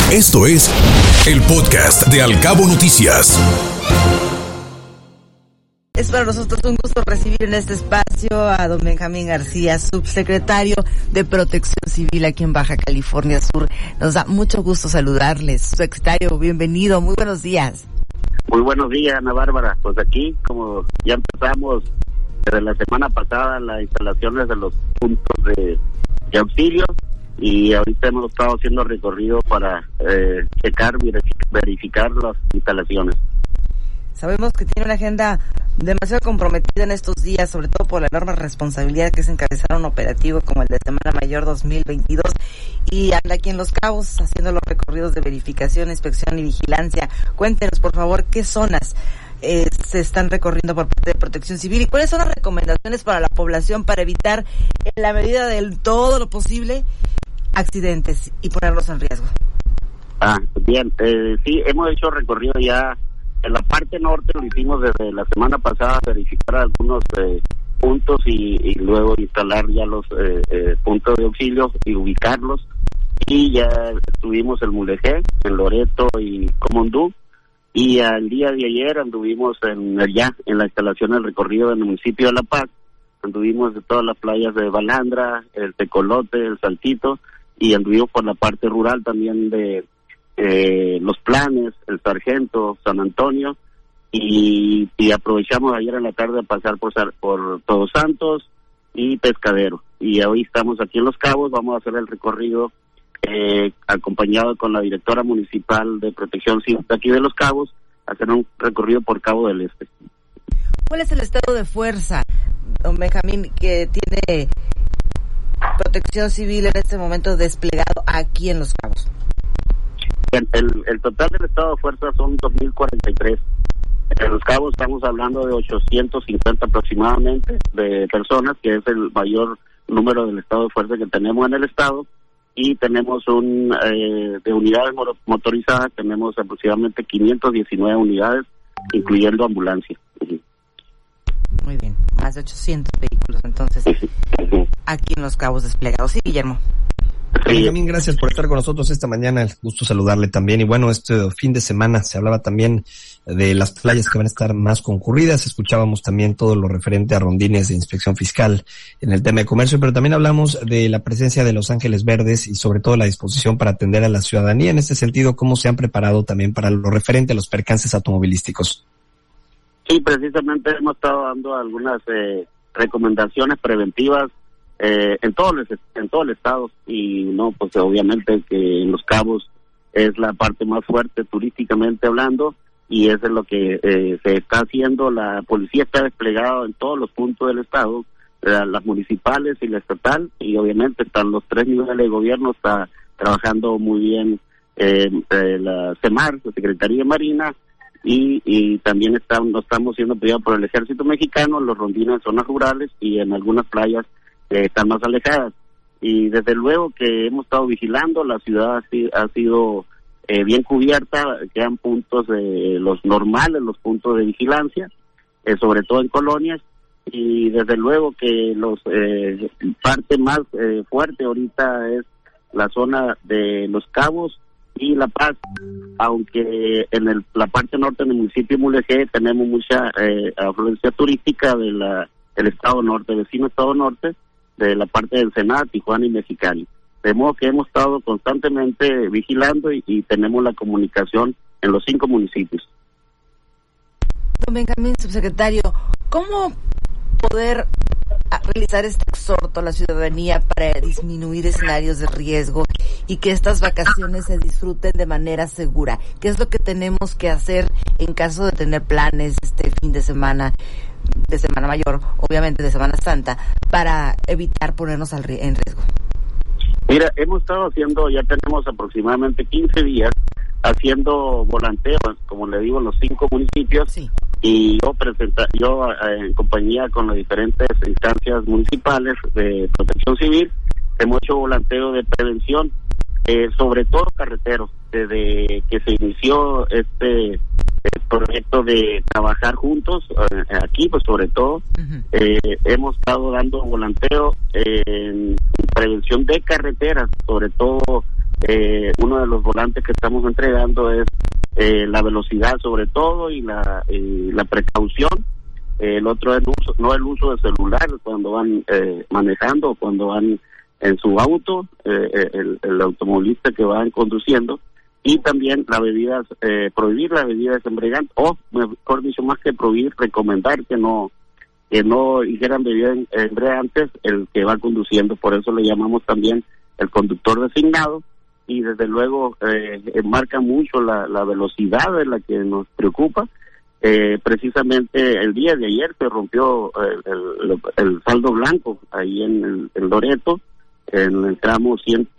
Esto es el podcast de Al Cabo Noticias. Es para nosotros un gusto recibir en este espacio a don Benjamín García, subsecretario de Protección Civil aquí en Baja California Sur. Nos da mucho gusto saludarles. Secretario, bienvenido, muy buenos días. Muy buenos días, Ana Bárbara. Pues aquí, como ya empezamos desde la semana pasada, las instalaciones de los puntos de auxilio, y ahorita hemos estado haciendo recorrido para checar, verificar las instalaciones. Sabemos que tiene una agenda demasiado comprometida en estos días, sobre todo por la enorme responsabilidad que es encabezar un operativo como el de Semana Mayor 2022, y anda aquí en Los Cabos haciendo los recorridos de verificación, inspección y vigilancia. Cuéntenos, por favor, qué zonas se están recorriendo por parte de Protección Civil y cuáles son las recomendaciones para la población para evitar, en la medida del todo lo posible, accidentes y ponerlos en riesgo. Bien, sí, hemos hecho recorrido ya. En la parte norte lo hicimos desde la semana pasada, verificar algunos puntos y luego instalar ya los puntos de auxilio y ubicarlos. Y ya estuvimos en Mulegé, en Loreto y Comondú. Y al día de ayer anduvimos en la instalación del recorrido del municipio de La Paz. Anduvimos de todas las playas de Balandra, el Tecolote, el Saltito, y anduvimos por la parte rural también de Los Planes, el Sargento, San Antonio, y aprovechamos ayer en la tarde a pasar por Todos Santos y Pescadero, y hoy estamos aquí en Los Cabos. Vamos a hacer el recorrido acompañado con la directora municipal de Protección Civil de aquí de Los Cabos, hacer un recorrido por Cabo del Este. ¿Cuál es el estado de fuerza, don Benjamín, que tiene Protección Civil en este momento desplegado aquí en Los Cabos? El total del estado de fuerza son 2.043. En Los Cabos estamos hablando de 850 aproximadamente de personas, que es el mayor número del estado de fuerza que tenemos en el estado, y tenemos de unidades motorizadas, tenemos aproximadamente 519 unidades, incluyendo ambulancia. Muy bien, más de 800 vehículos entonces aquí en Los Cabos desplegados. Sí, Guillermo. Benjamín, gracias por estar con nosotros esta mañana, el gusto saludarle también. Y bueno, este fin de semana se hablaba también de las playas que van a estar más concurridas. Escuchábamos también todo lo referente a rondines de inspección fiscal en el tema de comercio, pero también hablamos de la presencia de Los Ángeles Verdes y sobre todo la disposición para atender a la ciudadanía. En este sentido, ¿cómo se han preparado también para lo referente a los percances automovilísticos? Sí, precisamente hemos estado dando algunas recomendaciones preventivas en todo el estado, y no, pues obviamente que en Los Cabos es la parte más fuerte turísticamente hablando, y eso es lo que se está haciendo. La policía está desplegada en todos los puntos del estado, las municipales y la estatal, y obviamente están los tres niveles de gobierno. Está trabajando muy bien la CEMAR, la Secretaría de Marina, y también estamos siendo apoyados por el Ejército Mexicano, los rondines en zonas rurales y en algunas playas están más alejadas. Y desde luego que hemos estado vigilando, la ciudad ha sido bien cubierta, quedan puntos los normales, los puntos de vigilancia, sobre todo en colonias, y desde luego que parte más fuerte ahorita es la zona de Los Cabos y La Paz, aunque en la parte norte del municipio de Mulegé tenemos mucha afluencia turística del estado norte, vecino estado norte, de la parte de Ensenada, Tijuana y Mexicali. De modo que hemos estado constantemente vigilando y tenemos la comunicación en los 5 municipios. Don Benjamín, subsecretario, ¿cómo poder realizar este exhorto a la ciudadanía para disminuir escenarios de riesgo y que estas vacaciones se disfruten de manera segura? ¿Qué es lo que tenemos que hacer en caso de tener planes este fin de Semana Mayor, obviamente de Semana Santa, para evitar ponernos en riesgo? Mira, hemos estado haciendo, ya tenemos aproximadamente 15 días haciendo volanteos, como le digo, en los 5 municipios. Sí. Y yo en compañía con las diferentes instancias municipales de Protección Civil, hemos hecho volanteo de prevención, sobre todo carreteros. Desde que se inició este proyecto de trabajar juntos, aquí pues sobre todo, hemos estado dando volanteo en prevención de carreteras, sobre todo uno de los volantes que estamos entregando es la velocidad sobre todo y la precaución. El otro es no el uso de celular cuando van manejando o cuando van en su auto, el automovilista que van conduciendo, y también las bebidas, prohibir las bebidas embriagantes, o mejor dicho, más que prohibir, recomendar que no ingieran bebidas embriagantes el que va conduciendo. Por eso le llamamos también el conductor designado, y desde luego marca mucho la velocidad de la que nos preocupa. Precisamente el día de ayer se rompió el saldo blanco ahí en Loreto, en el tramo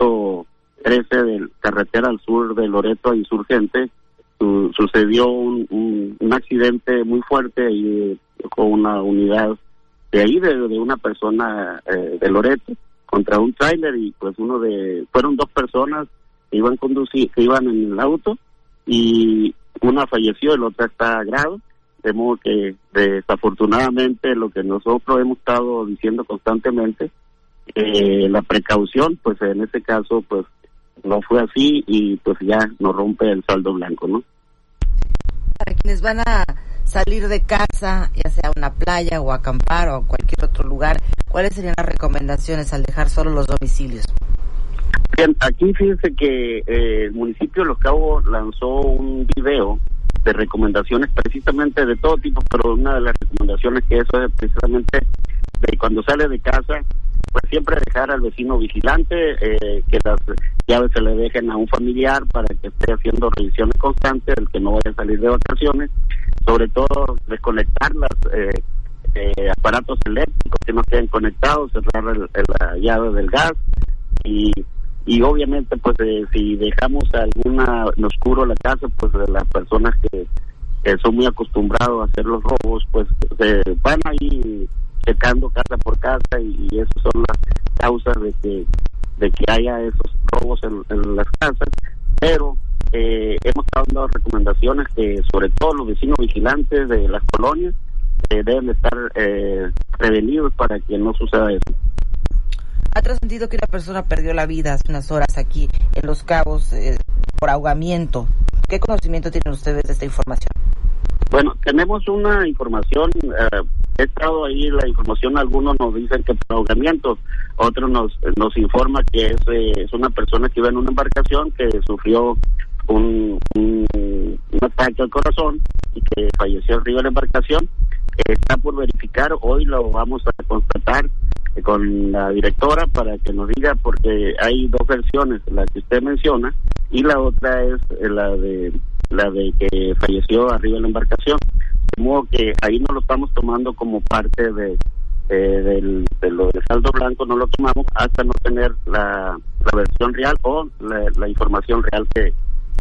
113 de carretera al sur de Loreto a Insurgente. Sucedió un accidente muy fuerte ahí con una unidad de ahí, de una persona de Loreto contra un tráiler, y pues fueron dos personas que iban en el auto, y una falleció y la otra está grave, de modo que desafortunadamente lo que nosotros hemos estado diciendo constantemente, la precaución, pues en este caso pues no fue así, y pues ya nos rompe el saldo blanco, ¿no? Para quienes van a salir de casa, ya sea a una playa o a acampar o a cualquier otro lugar, ¿cuáles serían las recomendaciones al dejar solo los domicilios? Bien, aquí fíjense que el municipio de Los Cabos lanzó un video de recomendaciones precisamente de todo tipo, pero una de las recomendaciones que eso es precisamente de cuando sale de casa, pues siempre dejar al vecino vigilante, que las llaves se le dejen a un familiar para que esté haciendo revisiones constantes, el que no vaya a salir de vacaciones, sobre todo desconectar los aparatos eléctricos que no queden conectados, cerrar la llave del gas, y obviamente pues si dejamos alguna en oscuro la casa, pues las personas que son muy acostumbrados a hacer los robos, pues se van ahí checando casa por casa, y esas son las causas de que haya esos robos en las casas. Pero hemos estado dando recomendaciones que sobre todo los vecinos vigilantes de las colonias deben estar prevenidos para que no suceda eso. Ha trascendido que una persona perdió la vida hace unas horas aquí en Los Cabos por ahogamiento. ¿Qué conocimiento tienen ustedes de esta información? Bueno, tenemos una información, he estado ahí la información, algunos nos dicen que por ahogamiento, otros nos informa que es una persona que iba en una embarcación que sufrió un ataque al corazón y que falleció arriba de la embarcación. Está por verificar, hoy lo vamos a constatar con la directora para que nos diga, porque hay dos versiones, la que usted menciona y la otra es la de que falleció arriba de la embarcación, de modo que ahí no lo estamos tomando como parte de lo de saldo blanco, no lo tomamos hasta no tener la versión real o la información real que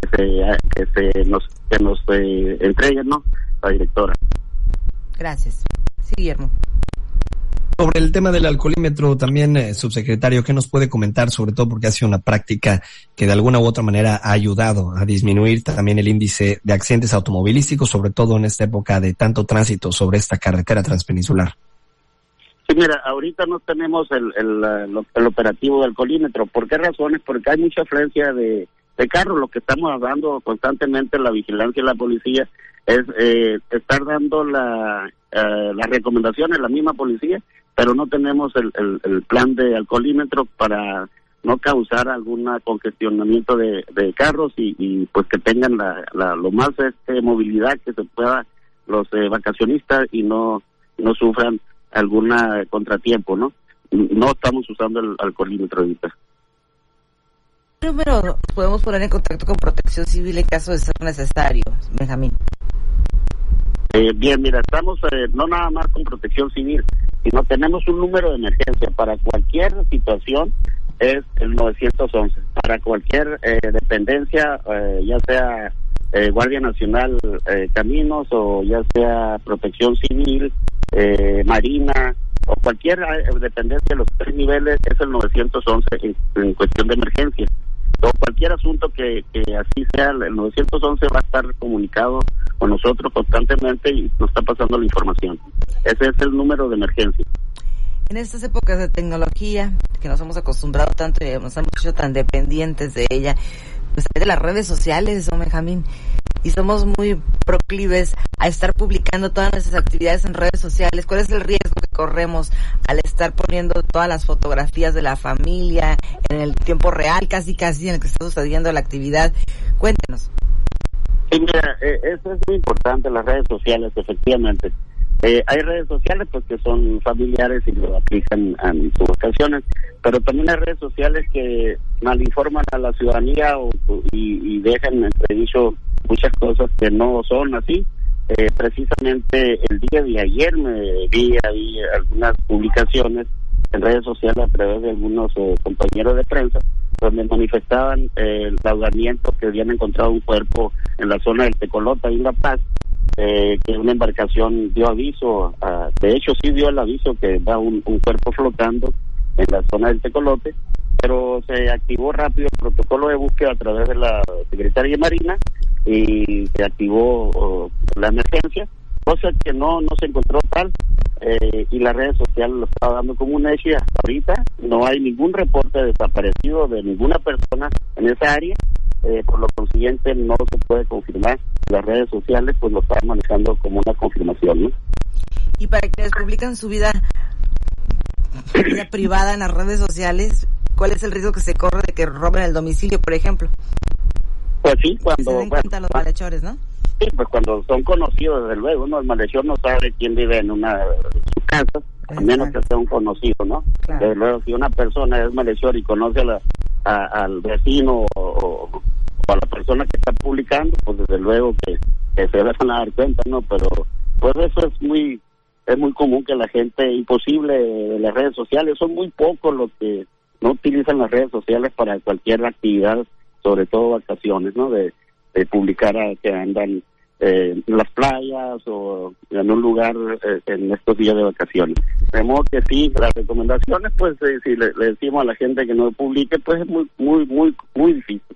nos entreguen, ¿no?, la directora. Gracias. Sí, Guillermo. Sobre el tema del alcoholímetro también, subsecretario, ¿qué nos puede comentar? Sobre todo porque ha sido una práctica que de alguna u otra manera ha ayudado a disminuir también el índice de accidentes automovilísticos, sobre todo en esta época de tanto tránsito sobre esta carretera transpeninsular. Sí, mira, ahorita no tenemos el operativo del alcoholímetro. ¿Por qué razones? Porque hay mucha afluencia de carros. Lo que estamos dando constantemente la vigilancia y la policía es estar dando las recomendaciones, la misma policía, pero no tenemos el plan de alcoholímetro para no causar algún congestionamiento de carros y pues que tengan lo más movilidad que se pueda los vacacionistas y no sufran algún contratiempo, ¿no? No estamos usando el alcoholímetro ahorita. ¿Qué número podemos poner en contacto con Protección Civil en caso de ser necesario, Benjamín? Bien, mira, estamos no nada más con Protección Civil, sino tenemos un número de emergencia para cualquier situación, es el 911, para cualquier dependencia, ya sea Guardia Nacional Caminos o ya sea Protección Civil, Marina o cualquier dependencia de los tres niveles, es el 911 en cuestión de emergencia. O cualquier asunto que así sea, el 911 va a estar comunicado con nosotros constantemente y nos está pasando la información. Ese es el número de emergencia. En estas épocas de tecnología, que nos hemos acostumbrado tanto y nos hemos hecho tan dependientes de ella, pues de las redes sociales, don Benjamín, y somos muy proclives a estar publicando todas nuestras actividades en redes sociales. ¿Cuál es el riesgo que corremos al estar poniendo todas las fotografías de la familia en el tiempo real, casi en el que está sucediendo la actividad? Cuéntenos. Sí, mira, eso es muy importante, las redes sociales, efectivamente. Hay redes sociales pues que son familiares y lo aplican en sus ocasiones, pero también hay redes sociales que malinforman a la ciudadanía y dejan entredicho muchas cosas que no son así. Precisamente el día de ayer me vi ahí algunas publicaciones en redes sociales a través de algunos compañeros de prensa donde manifestaban el laudamiento que habían encontrado un cuerpo en la zona del Tecolote, ahí en La Paz, que una embarcación dio aviso, de hecho sí dio el aviso que va un cuerpo flotando en la zona del Tecolote, pero se activó rápido el protocolo de búsqueda a través de la Secretaría de Marina y se activó la emergencia, cosa que no se encontró tal, y las redes sociales lo estaba dando como un hecho y hasta ahorita no hay ningún reporte de desaparecido de ninguna persona en esa área. Por lo consiguiente no se puede confirmar. Las redes sociales pues lo están manejando como una confirmación, ¿no? Y para quienes publican su vida privada en las redes sociales, ¿cuál es el riesgo que se corre de que roben el domicilio, por ejemplo? Pues sí, cuando... Se den cuenta los malhechores, ¿no? Sí, pues cuando son conocidos, desde luego, ¿no? El malhechor no sabe quién vive en su casa, a menos que sea un conocido, ¿no? Claro. Desde luego, si una persona es malhechor y conoce al vecino o a la persona que está publicando, pues desde luego que se van a dar cuenta, ¿no? Pero pues eso es muy común que la gente, imposible de las redes sociales, son muy pocos los que no utilizan las redes sociales para cualquier actividad, sobre todo vacaciones, ¿no? De publicar que andan en las playas o en un lugar en estos días de vacaciones. De modo que sí, las recomendaciones, pues si le decimos a la gente que no publique, pues es muy difícil.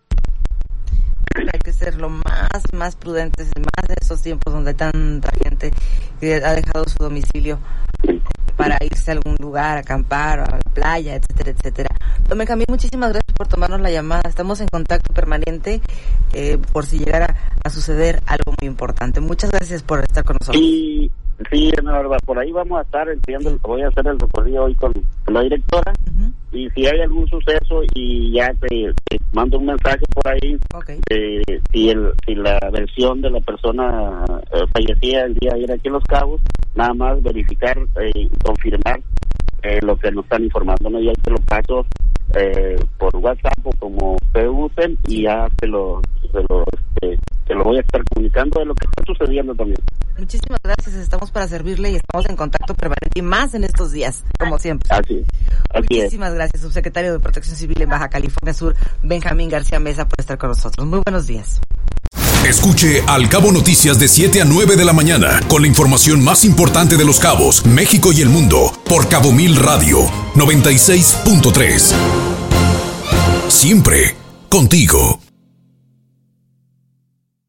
Hay que ser lo más prudentes, más en estos tiempos donde hay tanta gente que ha dejado su domicilio para irse a algún lugar, a acampar, a la playa, etcétera, etcétera. Don Benjamín, muchísimas gracias por tomarnos la llamada. Estamos en contacto permanente por si llegara a suceder algo muy importante. Muchas gracias por estar con nosotros. Sí, no, verdad, por ahí vamos a estar voy a hacer el recorrido hoy con la directora, y si hay algún suceso y ya te mando un mensaje por ahí, okay. Si la versión de la persona fallecida el día de ayer aquí en Los Cabos, nada más verificar y confirmar lo que nos están informando, ¿no? Y ahí te lo paso por WhatsApp o como ustedes usen, y ya te lo voy a estar comunicando de lo que está sucediendo también. Muchísimas gracias, estamos para servirle y estamos en contacto permanente y más en estos días, como siempre. Así Muchísimas gracias, subsecretario de Protección Civil en Baja California Sur, Benjamín García Mesa, por estar con nosotros. Muy buenos días. Escuche Al Cabo Noticias de 7 a 9 de la mañana con la información más importante de Los Cabos, México y el mundo por Cabo Mil Radio 96.3. Siempre contigo.